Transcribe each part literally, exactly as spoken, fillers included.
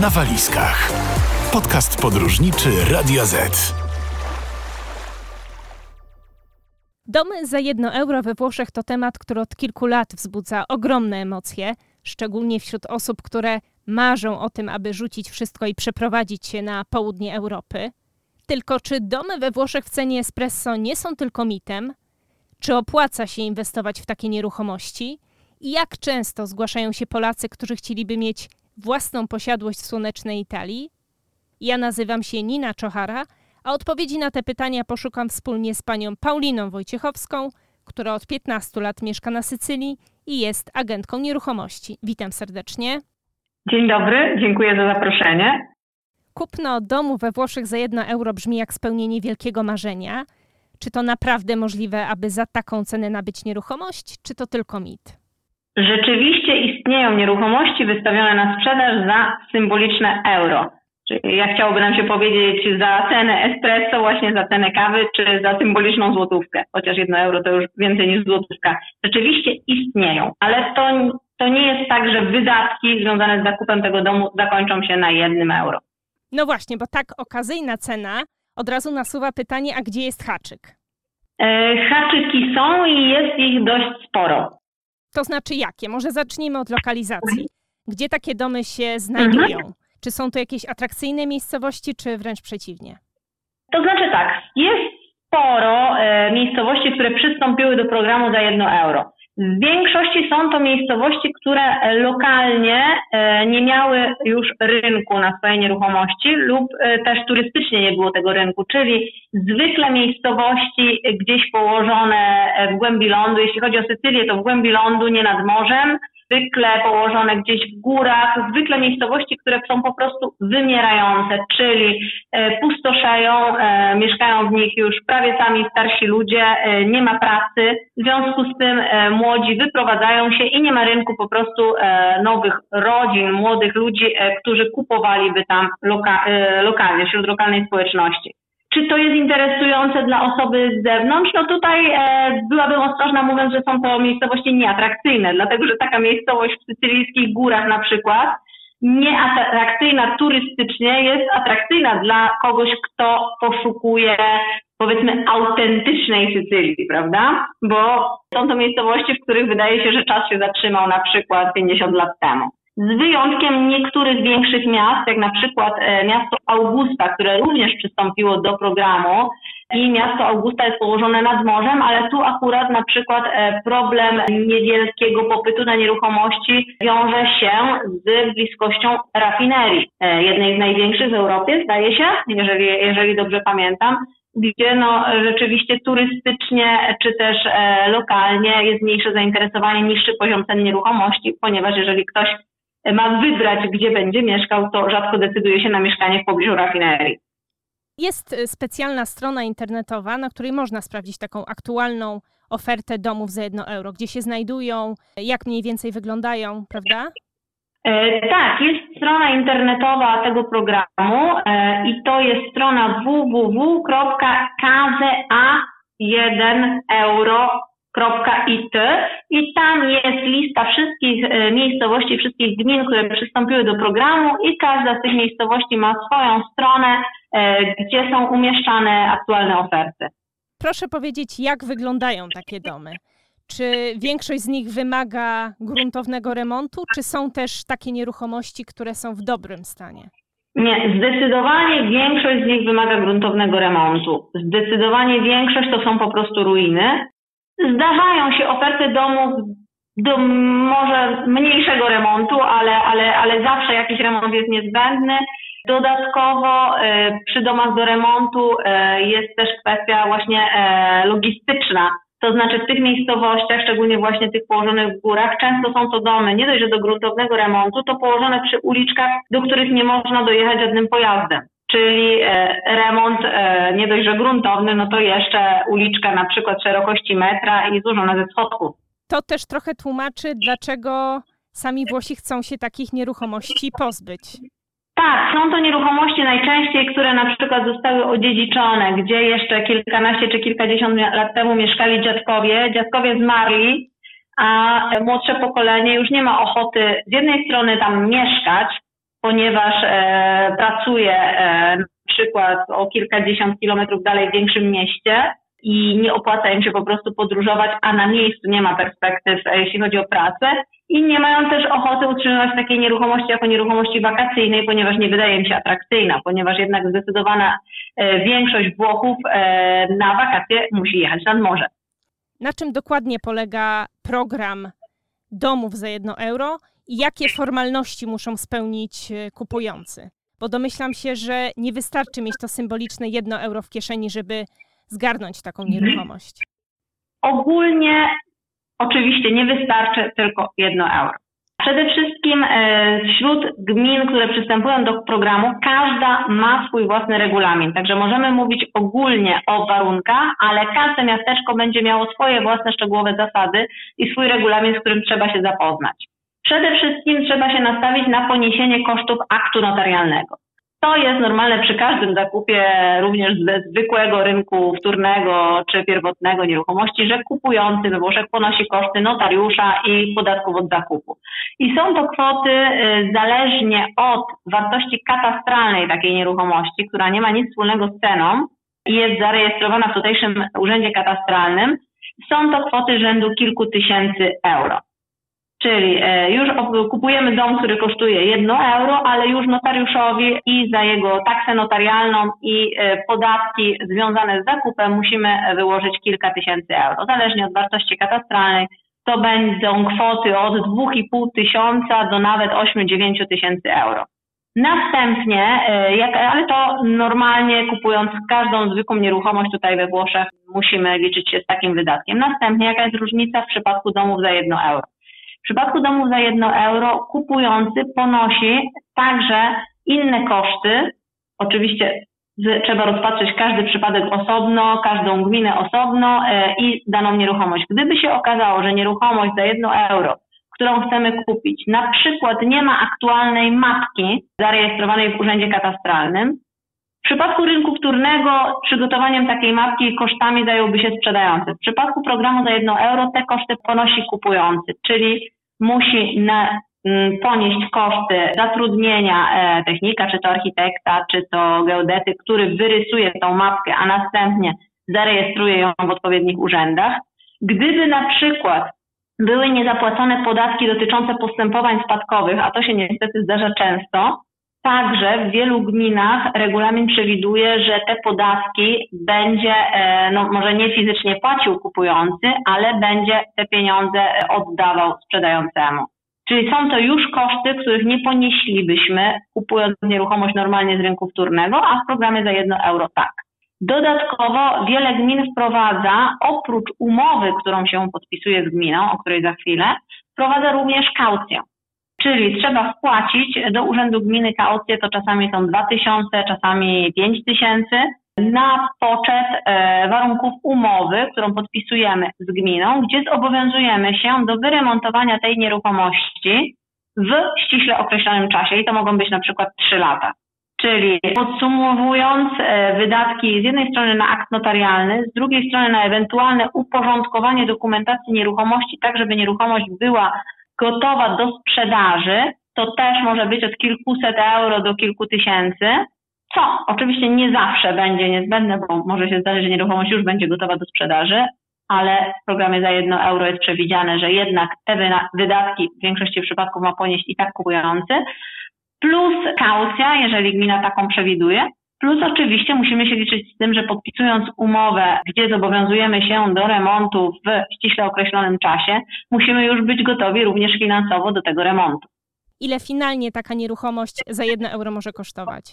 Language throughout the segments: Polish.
na walizkach. Podcast podróżniczy Radia Z. Domy za jedno euro we Włoszech to temat, który od kilku lat wzbudza ogromne emocje, szczególnie wśród osób, które marzą o tym, aby rzucić wszystko i przeprowadzić się na południe Europy. Tylko czy domy we Włoszech w cenie espresso nie są tylko mitem? Czy opłaca się inwestować w takie nieruchomości? I jak często zgłaszają się Polacy, którzy chcieliby mieć własną posiadłość w słonecznej Italii? Ja nazywam się Nina Czochara, a odpowiedzi na te pytania poszukam wspólnie z panią Pauliną Wojciechowską, która od piętnastu lat mieszka na Sycylii i jest agentką nieruchomości. Witam serdecznie. Dzień dobry, dziękuję za zaproszenie. Kupno domu we Włoszech za jedno euro brzmi jak spełnienie wielkiego marzenia. Czy to naprawdę możliwe, aby za taką cenę nabyć nieruchomość, czy to tylko mit? Rzeczywiście istnieją nieruchomości wystawione na sprzedaż za symboliczne euro. Czyli jak chciałoby nam się powiedzieć za cenę espresso, właśnie za cenę kawy, czy za symboliczną złotówkę. Chociaż jedno euro to już więcej niż złotówka. Rzeczywiście istnieją, ale to, to nie jest tak, że wydatki związane z zakupem tego domu zakończą się na jednym euro. No właśnie, bo tak okazyjna cena od razu nasuwa pytanie, a gdzie jest haczyk? E, haczyki są i jest ich dość sporo. To znaczy jakie? Może zacznijmy od lokalizacji. Gdzie takie domy się znajdują? Mhm. Czy są to jakieś atrakcyjne miejscowości, czy wręcz przeciwnie? To znaczy tak, jest sporo e, miejscowości, które przystąpiły do programu za jedno euro. W większości są to miejscowości, które lokalnie e, nie miały już rynku na swoje nieruchomości lub e, też turystycznie nie było tego rynku, czyli zwykle miejscowości gdzieś położone w głębi lądu, jeśli chodzi o Sycylię, to w głębi lądu, nie nad morzem, zwykle położone gdzieś w górach, zwykle miejscowości, które są po prostu wymierające, czyli e, pustoszeją, e, mieszkają w nich już prawie sami starsi ludzie, e, nie ma pracy, w związku z tym e, młodzi wyprowadzają się i nie ma rynku po prostu e, nowych rodzin, młodych ludzi, e, którzy kupowaliby tam loka, e, lokalnie, wśród lokalnej społeczności. Czy to jest interesujące dla osoby z zewnątrz? No tutaj e, byłabym ostrożna mówiąc, że są to miejscowości nieatrakcyjne, dlatego że taka miejscowość w sycylijskich górach na przykład, nieatrakcyjna turystycznie, jest atrakcyjna dla kogoś, kto poszukuje powiedzmy autentycznej Sycylii, prawda? Bo są to miejscowości, w których wydaje się, że czas się zatrzymał na przykład pięćdziesiąt lat temu. Z wyjątkiem niektórych większych miast, jak na przykład e, miasto Augusta, które również przystąpiło do programu i miasto Augusta jest położone nad morzem, ale tu akurat na przykład e, problem niewielkiego popytu na nieruchomości wiąże się z bliskością rafinerii, e, jednej z największych w Europie, zdaje się, jeżeli, jeżeli dobrze pamiętam, gdzie no rzeczywiście turystycznie czy też e, lokalnie jest mniejsze zainteresowanie, niższy poziom cen nieruchomości, ponieważ jeżeli ktoś ma wybrać, gdzie będzie mieszkał, to rzadko decyduje się na mieszkanie w pobliżu rafinerii. Jest specjalna strona internetowa, na której można sprawdzić taką aktualną ofertę domów za jedno euro, gdzie się znajdują, jak mniej więcej wyglądają, prawda? E, tak, jest strona internetowa tego programu e, i to jest strona w w w kropka case a jeden euro kropka i t i tam jest lista wszystkich e, miejscowości, wszystkich gmin, które przystąpiły do programu i każda z tych miejscowości ma swoją stronę, e, gdzie są umieszczane aktualne oferty. Proszę powiedzieć, jak wyglądają takie domy? Czy większość z nich wymaga gruntownego remontu, czy są też takie nieruchomości, które są w dobrym stanie? Nie, zdecydowanie większość z nich wymaga gruntownego remontu. Zdecydowanie większość to są po prostu ruiny. Zdarzają się oferty domów do może mniejszego remontu, ale, ale, ale zawsze jakiś remont jest niezbędny. Dodatkowo e, przy domach do remontu e, jest też kwestia właśnie e, logistyczna. To znaczy w tych miejscowościach, szczególnie właśnie tych położonych w górach, często są to domy nie dość, że do gruntownego remontu, to położone przy uliczkach, do których nie można dojechać żadnym pojazdem. Czyli e, remont e, nie dość, że gruntowny, no to jeszcze uliczka na przykład szerokości metra i złożona ze schodków. To też trochę tłumaczy, dlaczego sami Włosi chcą się takich nieruchomości pozbyć. Tak, są to nieruchomości najczęściej, które na przykład zostały odziedziczone, gdzie jeszcze kilkanaście czy kilkadziesiąt lat temu mieszkali dziadkowie. Dziadkowie zmarli, a młodsze pokolenie już nie ma ochoty z jednej strony tam mieszkać, ponieważ e, pracuje e, na przykład o kilkadziesiąt kilometrów dalej w większym mieście i nie opłaca im się po prostu podróżować, a na miejscu nie ma perspektyw, jeśli chodzi o pracę. I nie mają też ochoty utrzymywać takiej nieruchomości jako nieruchomości wakacyjnej, ponieważ nie wydaje im się atrakcyjna, ponieważ jednak zdecydowana e, większość Włochów e, na wakacje musi jechać nad morze. Na czym dokładnie polega program domów za jedno euro i jakie formalności muszą spełnić kupujący? Bo domyślam się, że nie wystarczy mieć to symboliczne jedno euro w kieszeni, żeby zgarnąć taką nieruchomość. Ogólnie oczywiście nie wystarczy tylko jedno euro. Przede wszystkim wśród gmin, które przystępują do programu, każda ma swój własny regulamin. Także możemy mówić ogólnie o warunkach, ale każde miasteczko będzie miało swoje własne szczegółowe zasady i swój regulamin, z którym trzeba się zapoznać. Przede wszystkim trzeba się nastawić na poniesienie kosztów aktu notarialnego. To jest normalne przy każdym zakupie, również ze zwykłego rynku wtórnego czy pierwotnego nieruchomości, że kupujący we Włoszech ponosi koszty notariusza i podatków od zakupu. I są to kwoty zależnie od wartości katastralnej takiej nieruchomości, która nie ma nic wspólnego z ceną i jest zarejestrowana w tutejszym urzędzie katastralnym. Są to kwoty rzędu kilku tysięcy euro. Czyli już kupujemy dom, który kosztuje jedno euro, ale już notariuszowi i za jego taksę notarialną i podatki związane z zakupem musimy wyłożyć kilka tysięcy euro. Zależnie od wartości katastralnej to będą kwoty od dwa i pół tysiąca do nawet osiem do dziewięciu tysięcy euro. Następnie, jak, ale to normalnie kupując każdą zwykłą nieruchomość tutaj we Włoszech musimy liczyć się z takim wydatkiem. Następnie jaka jest różnica w przypadku domów za jedno euro? W przypadku domów za jedno euro kupujący ponosi także inne koszty. Oczywiście z, trzeba rozpatrzeć każdy przypadek osobno, każdą gminę osobno e, i daną nieruchomość. Gdyby się okazało, że nieruchomość za jedno euro, którą chcemy kupić, na przykład nie ma aktualnej mapki zarejestrowanej w urzędzie katastralnym, w przypadku rynku wtórnego przygotowaniem takiej mapki i kosztami zająłby się sprzedający. W przypadku programu za jedno euro te koszty ponosi kupujący, czyli musi na, m, ponieść koszty zatrudnienia e, technika, czy to architekta, czy to geodety, który wyrysuje tą mapkę, a następnie zarejestruje ją w odpowiednich urzędach. Gdyby na przykład były niezapłacone podatki dotyczące postępowań spadkowych, a to się niestety zdarza często, także w wielu gminach regulamin przewiduje, że te podatki będzie, no może nie fizycznie płacił kupujący, ale będzie te pieniądze oddawał sprzedającemu. Czyli są to już koszty, których nie ponieślibyśmy kupując nieruchomość normalnie z rynku wtórnego, a w programie za jedno euro tak. Dodatkowo wiele gmin wprowadza, oprócz umowy, którą się podpisuje z gminą, o której za chwilę, wprowadza również kaucję. Czyli trzeba wpłacić do urzędu gminy kaucję, to czasami są dwa tysiące, czasami pięć tysięcy, na poczet e, warunków umowy, którą podpisujemy z gminą, gdzie zobowiązujemy się do wyremontowania tej nieruchomości w ściśle określonym czasie i to mogą być na przykład trzy lata. Czyli podsumowując e, wydatki z jednej strony na akt notarialny, z drugiej strony na ewentualne uporządkowanie dokumentacji nieruchomości, tak żeby nieruchomość była gotowa do sprzedaży, to też może być od kilkuset euro do kilku tysięcy, co oczywiście nie zawsze będzie niezbędne, bo może się zdarzyć, że nieruchomość już będzie gotowa do sprzedaży, ale w programie za jedno euro jest przewidziane, że jednak te wydatki w większości przypadków ma ponieść i tak kupujący, plus kaucja, jeżeli gmina taką przewiduje, plus oczywiście musimy się liczyć z tym, że podpisując umowę, gdzie zobowiązujemy się do remontu w ściśle określonym czasie, musimy już być gotowi również finansowo do tego remontu. Ile finalnie taka nieruchomość za jedno euro może kosztować?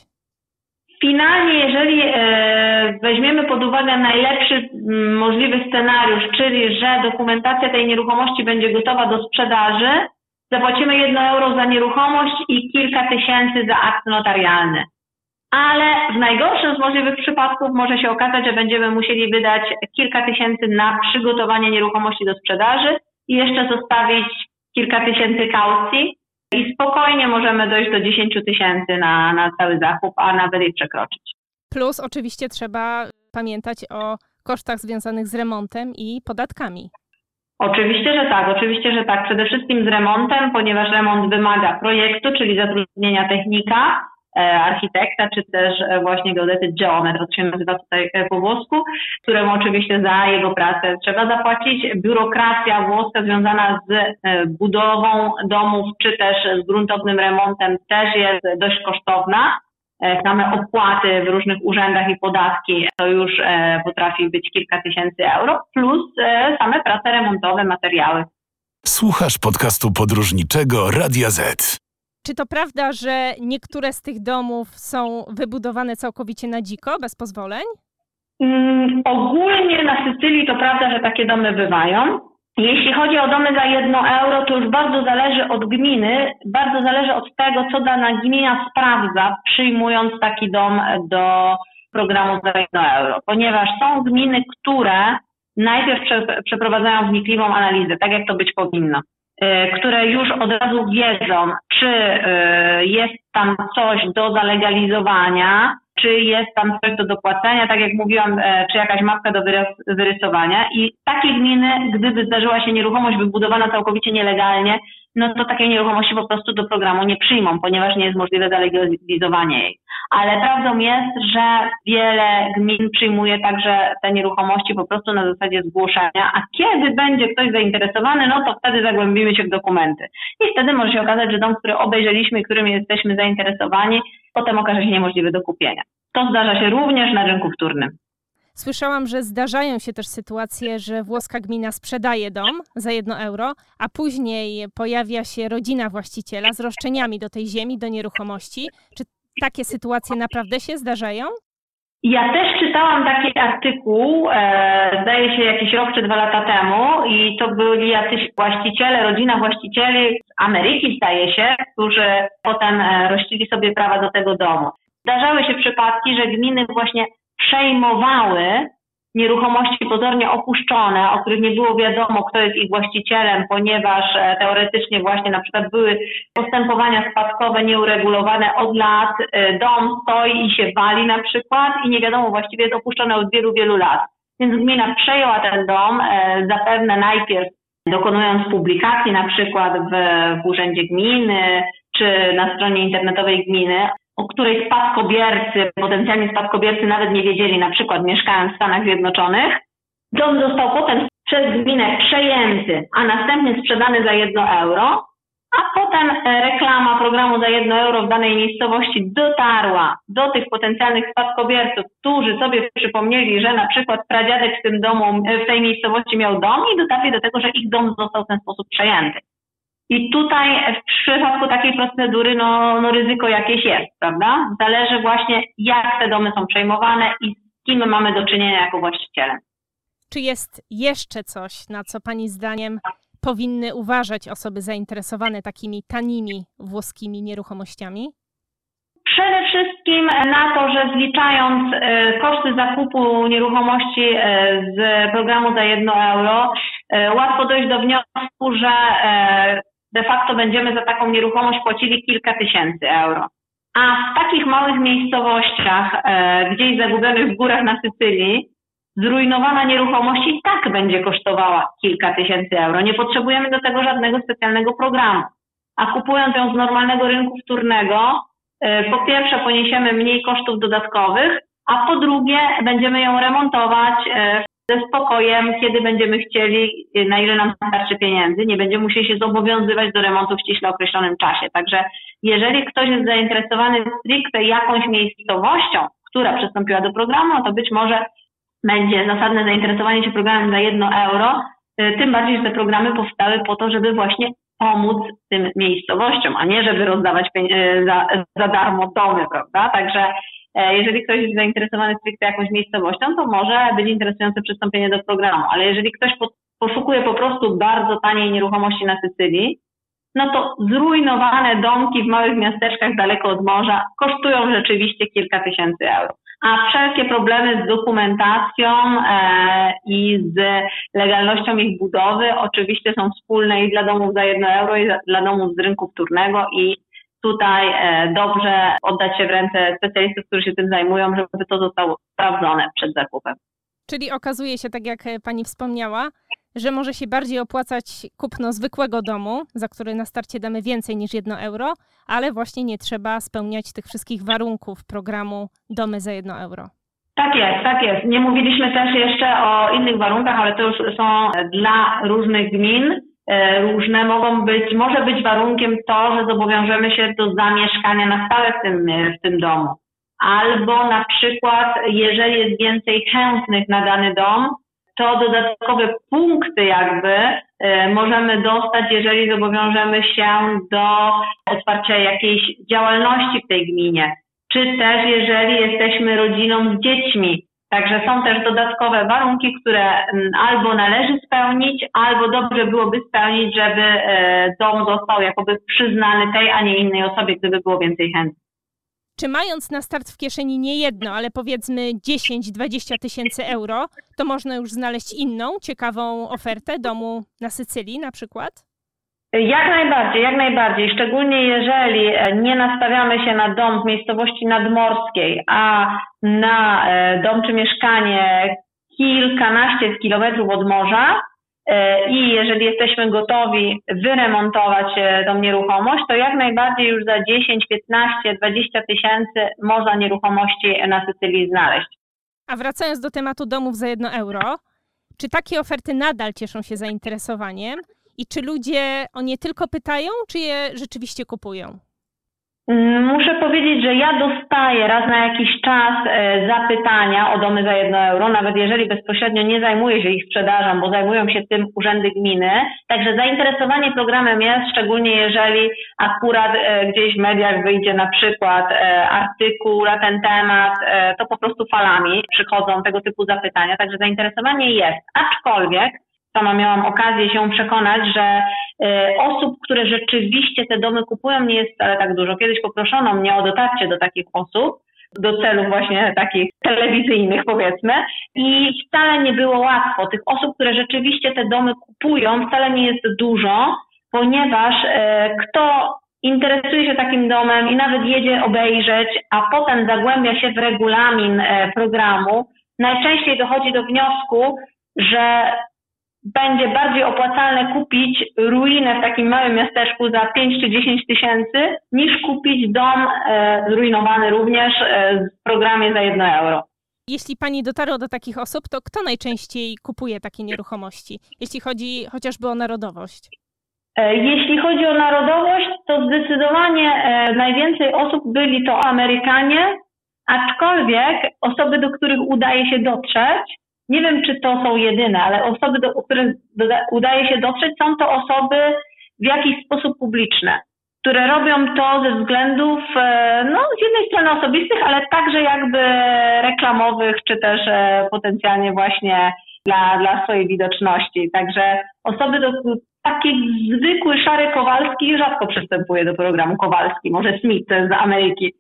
Finalnie, jeżeli e, weźmiemy pod uwagę najlepszy m, możliwy scenariusz, czyli że dokumentacja tej nieruchomości będzie gotowa do sprzedaży, zapłacimy jedno euro za nieruchomość i kilka tysięcy za akt notarialny. Ale w najgorszym z możliwych przypadków może się okazać, że będziemy musieli wydać kilka tysięcy na przygotowanie nieruchomości do sprzedaży i jeszcze zostawić kilka tysięcy kaucji i spokojnie możemy dojść do dziesięciu tysięcy na, na cały zakup, a nawet i przekroczyć. Plus oczywiście trzeba pamiętać o kosztach związanych z remontem i podatkami. Oczywiście, że tak, oczywiście, że tak. Przede wszystkim z remontem, ponieważ remont wymaga projektu, czyli zatrudnienia technika, e, architekta, czy też e, właśnie geodety, geometr, to się nazywa tutaj e, po włosku, któremu oczywiście za jego pracę trzeba zapłacić. Biurokracja włoska związana z e, budową domów, czy też z gruntownym remontem też jest dość kosztowna. Same opłaty w różnych urzędach i podatki to już e, potrafi być kilka tysięcy euro, plus e, same prace remontowe, materiały. Słuchasz podcastu podróżniczego Radia Z. Czy to prawda, że niektóre z tych domów są wybudowane całkowicie na dziko, bez pozwoleń? Mm, ogólnie na Sycylii to prawda, że takie domy bywają. Jeśli chodzi o domy za jedno euro, to już bardzo zależy od gminy, bardzo zależy od tego, co dana gmina sprawdza, przyjmując taki dom do programu za jedno euro. Ponieważ są gminy, które najpierw prze, przeprowadzają wnikliwą analizę, tak jak to być powinno, yy, które już od razu wiedzą, czy yy, jest tam coś do zalegalizowania, czy jest tam coś do dopłacenia, tak jak mówiłam, e, czy jakaś mapka do wyrys- wyrysowania. I takie gminy, gdyby zdarzyła się nieruchomość wybudowana całkowicie nielegalnie, no to takiej nieruchomości po prostu do programu nie przyjmą, ponieważ nie jest możliwe zalegalizowanie jej. Ale prawdą jest, że wiele gmin przyjmuje także te nieruchomości po prostu na zasadzie zgłoszenia, a kiedy będzie ktoś zainteresowany, no to wtedy zagłębimy się w dokumenty. I wtedy może się okazać, że dom, który obejrzeliśmy i którym jesteśmy zainteresowani, potem okaże się niemożliwy do kupienia. To zdarza się również na rynku wtórnym. Słyszałam, że zdarzają się też sytuacje, że włoska gmina sprzedaje dom za jedno euro, a później pojawia się rodzina właściciela z roszczeniami do tej ziemi, do nieruchomości. Czy takie sytuacje naprawdę się zdarzają? Ja też czytałam taki artykuł, e, zdaje się jakiś rok czy dwa lata temu i to byli jacyś właściciele, rodzina właścicieli z Ameryki zdaje się, którzy potem e, rościli sobie prawa do tego domu. Zdarzały się przypadki, że gminy właśnie przejmowały nieruchomości pozornie opuszczone, o których nie było wiadomo, kto jest ich właścicielem, ponieważ e, teoretycznie właśnie na przykład były postępowania spadkowe nieuregulowane od lat, e, dom stoi i się wali na przykład i nie wiadomo, właściwie jest opuszczony od wielu, wielu lat. Więc gmina przejęła ten dom, e, zapewne najpierw dokonując publikacji na przykład w, w urzędzie gminy czy na stronie internetowej gminy, o której spadkobiercy, potencjalni spadkobiercy nawet nie wiedzieli, na przykład mieszkając w Stanach Zjednoczonych. Dom został potem przez gminę przejęty, a następnie sprzedany za jedno euro, a potem reklama programu za jedno euro w danej miejscowości dotarła do tych potencjalnych spadkobierców, którzy sobie przypomnieli, że na przykład pradziadek w tym domu, w tej miejscowości miał dom i dotarli do tego, że ich dom został w ten sposób przejęty. I tutaj w przypadku takiej procedury no, no ryzyko jakieś jest, prawda? Zależy właśnie, jak te domy są przejmowane i z kim mamy do czynienia jako właścicielem. Czy jest jeszcze coś, na co Pani zdaniem powinny uważać osoby zainteresowane takimi tanimi włoskimi nieruchomościami? Przede wszystkim na to, że zliczając e, koszty zakupu nieruchomości e, z programu za jedno euro, e, łatwo dojść do wniosku, że e, de facto będziemy za taką nieruchomość płacili kilka tysięcy euro. A w takich małych miejscowościach, e, gdzieś zagubionych w górach na Sycylii, zrujnowana nieruchomość i tak będzie kosztowała kilka tysięcy euro. Nie potrzebujemy do tego żadnego specjalnego programu. A kupując ją z normalnego rynku wtórnego, po pierwsze poniesiemy mniej kosztów dodatkowych, a po drugie będziemy ją remontować ze spokojem, kiedy będziemy chcieli, na ile nam starczy pieniędzy. Nie będziemy musieli się zobowiązywać do remontu w ściśle określonym czasie. Także jeżeli ktoś jest zainteresowany stricte jakąś miejscowością, która przystąpiła do programu, to być może będzie zasadne zainteresowanie się programem za jedno euro, tym bardziej, że te programy powstały po to, żeby właśnie pomóc tym miejscowościom, a nie żeby rozdawać za, za darmo domy, prawda? Także jeżeli ktoś jest zainteresowany stricte jakąś miejscowością, to może być interesujące przystąpienie do programu, ale jeżeli ktoś poszukuje po prostu bardzo taniej nieruchomości na Sycylii, no to zrujnowane domki w małych miasteczkach daleko od morza kosztują rzeczywiście kilka tysięcy euro. A wszelkie problemy z dokumentacją e, i z legalnością ich budowy oczywiście są wspólne i dla domów za jedno euro, i dla domów z rynku wtórnego i tutaj e, dobrze oddać się w ręce specjalistów, którzy się tym zajmują, żeby to zostało sprawdzone przed zakupem. Czyli okazuje się, tak jak Pani wspomniała, że może się bardziej opłacać kupno zwykłego domu, za który na starcie damy więcej niż jedno euro, ale właśnie nie trzeba spełniać tych wszystkich warunków programu Domy za jedno euro. Tak jest, tak jest. Nie mówiliśmy też jeszcze o innych warunkach, ale to już są dla różnych gmin. Różne mogą być, może być warunkiem to, że zobowiążemy się do zamieszkania na stałe w tym, w tym domu. Albo na przykład, jeżeli jest więcej chętnych na dany dom, to dodatkowe punkty jakby możemy dostać, jeżeli zobowiążemy się do otwarcia jakiejś działalności w tej gminie. Czy też jeżeli jesteśmy rodziną z dziećmi. Także są też dodatkowe warunki, które albo należy spełnić, albo dobrze byłoby spełnić, żeby dom został jakoby przyznany tej, a nie innej osobie, gdyby było więcej chętnych. Czy mając na start w kieszeni nie jedno, ale powiedzmy dziesięć dwadzieścia tysięcy euro, to można już znaleźć inną, ciekawą ofertę domu na Sycylii na przykład? Jak najbardziej, jak najbardziej. Szczególnie jeżeli nie nastawiamy się na dom w miejscowości nadmorskiej, a na dom czy mieszkanie kilkanaście kilometrów od morza i jeżeli jesteśmy gotowi wyremontować tą nieruchomość, to jak najbardziej już za dziesięć, piętnaście, dwadzieścia tysięcy można nieruchomości na Sycylii znaleźć. A wracając do tematu domów za jedno euro, czy takie oferty nadal cieszą się zainteresowaniem? I czy ludzie o nie tylko pytają, czy je rzeczywiście kupują? Muszę powiedzieć, że ja dostaję raz na jakiś czas zapytania o domy za jedno euro, nawet jeżeli bezpośrednio nie zajmuję się ich sprzedażą, bo zajmują się tym urzędy gminy. Także zainteresowanie programem jest, szczególnie jeżeli akurat gdzieś w mediach wyjdzie na przykład artykuł na ten temat, to po prostu falami przychodzą tego typu zapytania. Także zainteresowanie jest, aczkolwiek sama miałam okazję się przekonać, że y, osób, które rzeczywiście te domy kupują, nie jest wcale tak dużo. Kiedyś poproszono mnie o dotarcie do takich osób, do celów właśnie takich telewizyjnych powiedzmy i wcale nie było łatwo. Tych osób, które rzeczywiście te domy kupują, wcale nie jest dużo, ponieważ y, kto interesuje się takim domem i nawet jedzie obejrzeć, a potem zagłębia się w regulamin y, programu, najczęściej dochodzi do wniosku, że będzie bardziej opłacalne kupić ruinę w takim małym miasteczku za pięć czy dziesięć tysięcy, niż kupić dom e, zrujnowany również e, w programie za jedno euro. Jeśli pani dotarła do takich osób, to kto najczęściej kupuje takie nieruchomości, jeśli chodzi chociażby o narodowość? E, jeśli chodzi o narodowość, to zdecydowanie e, najwięcej osób byli to Amerykanie, aczkolwiek osoby, do których udaje się dotrzeć, nie wiem, czy to są jedyne, ale osoby, do których doda- udaje się dotrzeć, są to osoby w jakiś sposób publiczne, które robią to ze względów, no, z jednej strony osobistych, ale także jakby reklamowych, czy też potencjalnie właśnie dla, dla swojej widoczności. Także osoby, do taki zwykły szary Kowalski rzadko przystępuje do programu Kowalski, może Smith z Ameryki.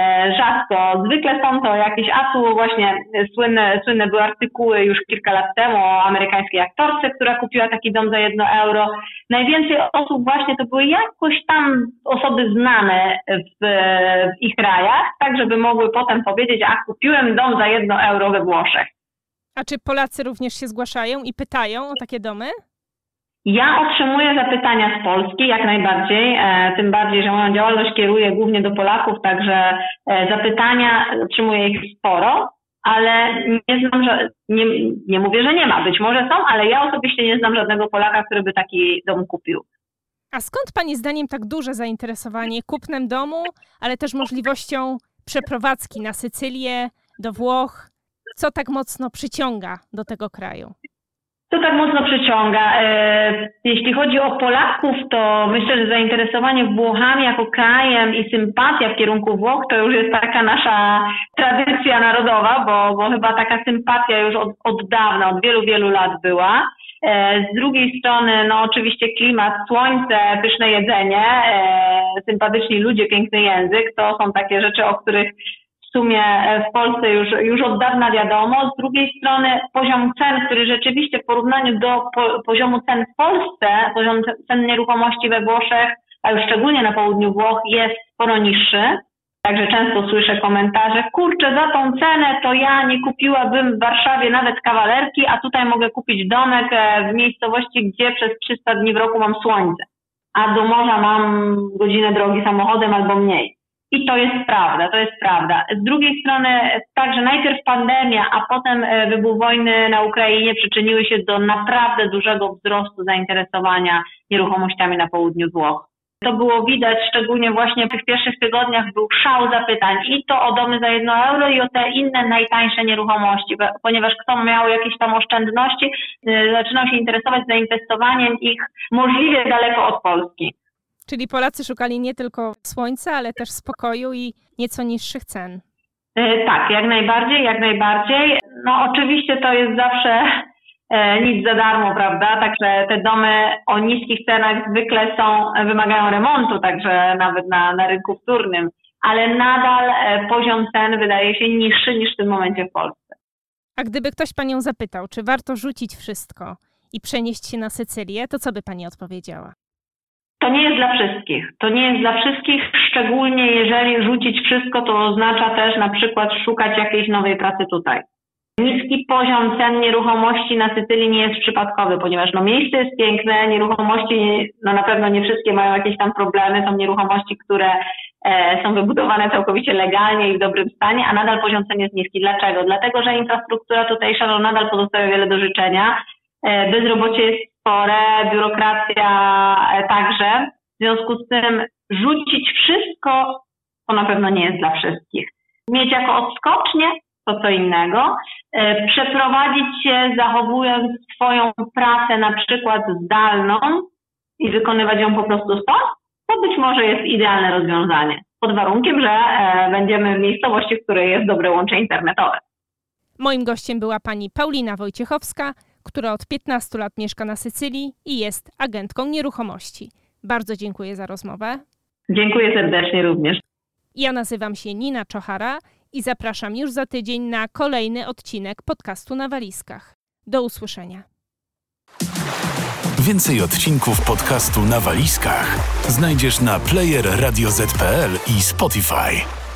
Rzadko. Zwykle są to jakieś, a tu właśnie słynne, słynne były artykuły już kilka lat temu o amerykańskiej aktorce, która kupiła taki dom za jedno euro. Najwięcej osób właśnie to były jakoś tam osoby znane w, w ich krajach, tak żeby mogły potem powiedzieć, a kupiłem dom za jedno euro we Włoszech. A czy Polacy również się zgłaszają i pytają o takie domy? Ja otrzymuję zapytania z Polski jak najbardziej, e, tym bardziej, że moją działalność kieruję głównie do Polaków, także e, zapytania otrzymuję ich sporo, ale nie znam, że, nie, nie mówię, że nie ma, być może są, ale ja osobiście nie znam żadnego Polaka, który by taki dom kupił. A skąd pani zdaniem tak duże zainteresowanie kupnem domu, ale też możliwością przeprowadzki na Sycylię, do Włoch? Co tak mocno przyciąga do tego kraju? To tak mocno przyciąga. Jeśli chodzi o Polaków, to myślę, że zainteresowanie Włochami jako krajem i sympatia w kierunku Włoch to już jest taka nasza tradycja narodowa, bo, bo chyba taka sympatia już od, od dawna, od wielu, wielu lat była. Z drugiej strony, no oczywiście klimat, słońce, pyszne jedzenie, sympatyczni ludzie, piękny język, to są takie rzeczy, o których w sumie w Polsce już, już od dawna wiadomo. Z drugiej strony poziom cen, który rzeczywiście w porównaniu do po, poziomu cen w Polsce, poziom cen nieruchomości we Włoszech, a już szczególnie na południu Włoch jest sporo niższy. Także często słyszę komentarze, kurczę, za tą cenę to ja nie kupiłabym w Warszawie nawet kawalerki, a tutaj mogę kupić domek w miejscowości, gdzie przez trzysta dni w roku mam słońce, a do morza mam godzinę drogi samochodem albo mniej. I to jest prawda, to jest prawda. Z drugiej strony także najpierw pandemia, a potem wybuch wojny na Ukrainie przyczyniły się do naprawdę dużego wzrostu zainteresowania nieruchomościami na południu Włoch. To było widać, szczególnie właśnie w tych pierwszych tygodniach był szał zapytań i to o domy za jedno euro i o te inne najtańsze nieruchomości, ponieważ kto miał jakieś tam oszczędności, zaczynał się interesować zainwestowaniem ich możliwie daleko od Polski. Czyli Polacy szukali nie tylko słońca, ale też spokoju i nieco niższych cen. Tak, jak najbardziej, jak najbardziej. No oczywiście to jest zawsze nic za darmo, prawda? Także te domy o niskich cenach zwykle są, wymagają remontu, także nawet na, na rynku wtórnym, ale nadal poziom cen wydaje się niższy niż w tym momencie w Polsce. A gdyby ktoś panią zapytał, czy warto rzucić wszystko i przenieść się na Sycylię, to co by pani odpowiedziała? To nie jest dla wszystkich. To nie jest dla wszystkich, szczególnie jeżeli rzucić wszystko, to oznacza też na przykład szukać jakiejś nowej pracy tutaj. Niski poziom cen nieruchomości na Sycylii nie jest przypadkowy, ponieważ no miejsce jest piękne, nieruchomości, no na pewno nie wszystkie mają jakieś tam problemy, są nieruchomości, które e, są wybudowane całkowicie legalnie i w dobrym stanie, a nadal poziom cen jest niski. Dlaczego? Dlatego, że infrastruktura tutejsza no, nadal pozostawia wiele do życzenia, e, bezrobocie jest spore, biurokracja e, także, w związku z tym rzucić wszystko to na pewno nie jest dla wszystkich. Mieć jako odskocznię to co innego, e, przeprowadzić się zachowując swoją pracę na przykład zdalną i wykonywać ją po prostu stąd, to być może jest idealne rozwiązanie. Pod warunkiem, że e, będziemy w miejscowości, w której jest dobre łącze internetowe. Moim gościem była pani Paulina Wojciechowska, która od piętnastu lat mieszka na Sycylii i jest agentką nieruchomości. Bardzo dziękuję za rozmowę. Dziękuję serdecznie również. Ja nazywam się Nina Czochara i zapraszam już za tydzień na kolejny odcinek podcastu Na Walizkach. Do usłyszenia. Więcej odcinków podcastu Na Walizkach znajdziesz na player radio zet kropka pe el i Spotify.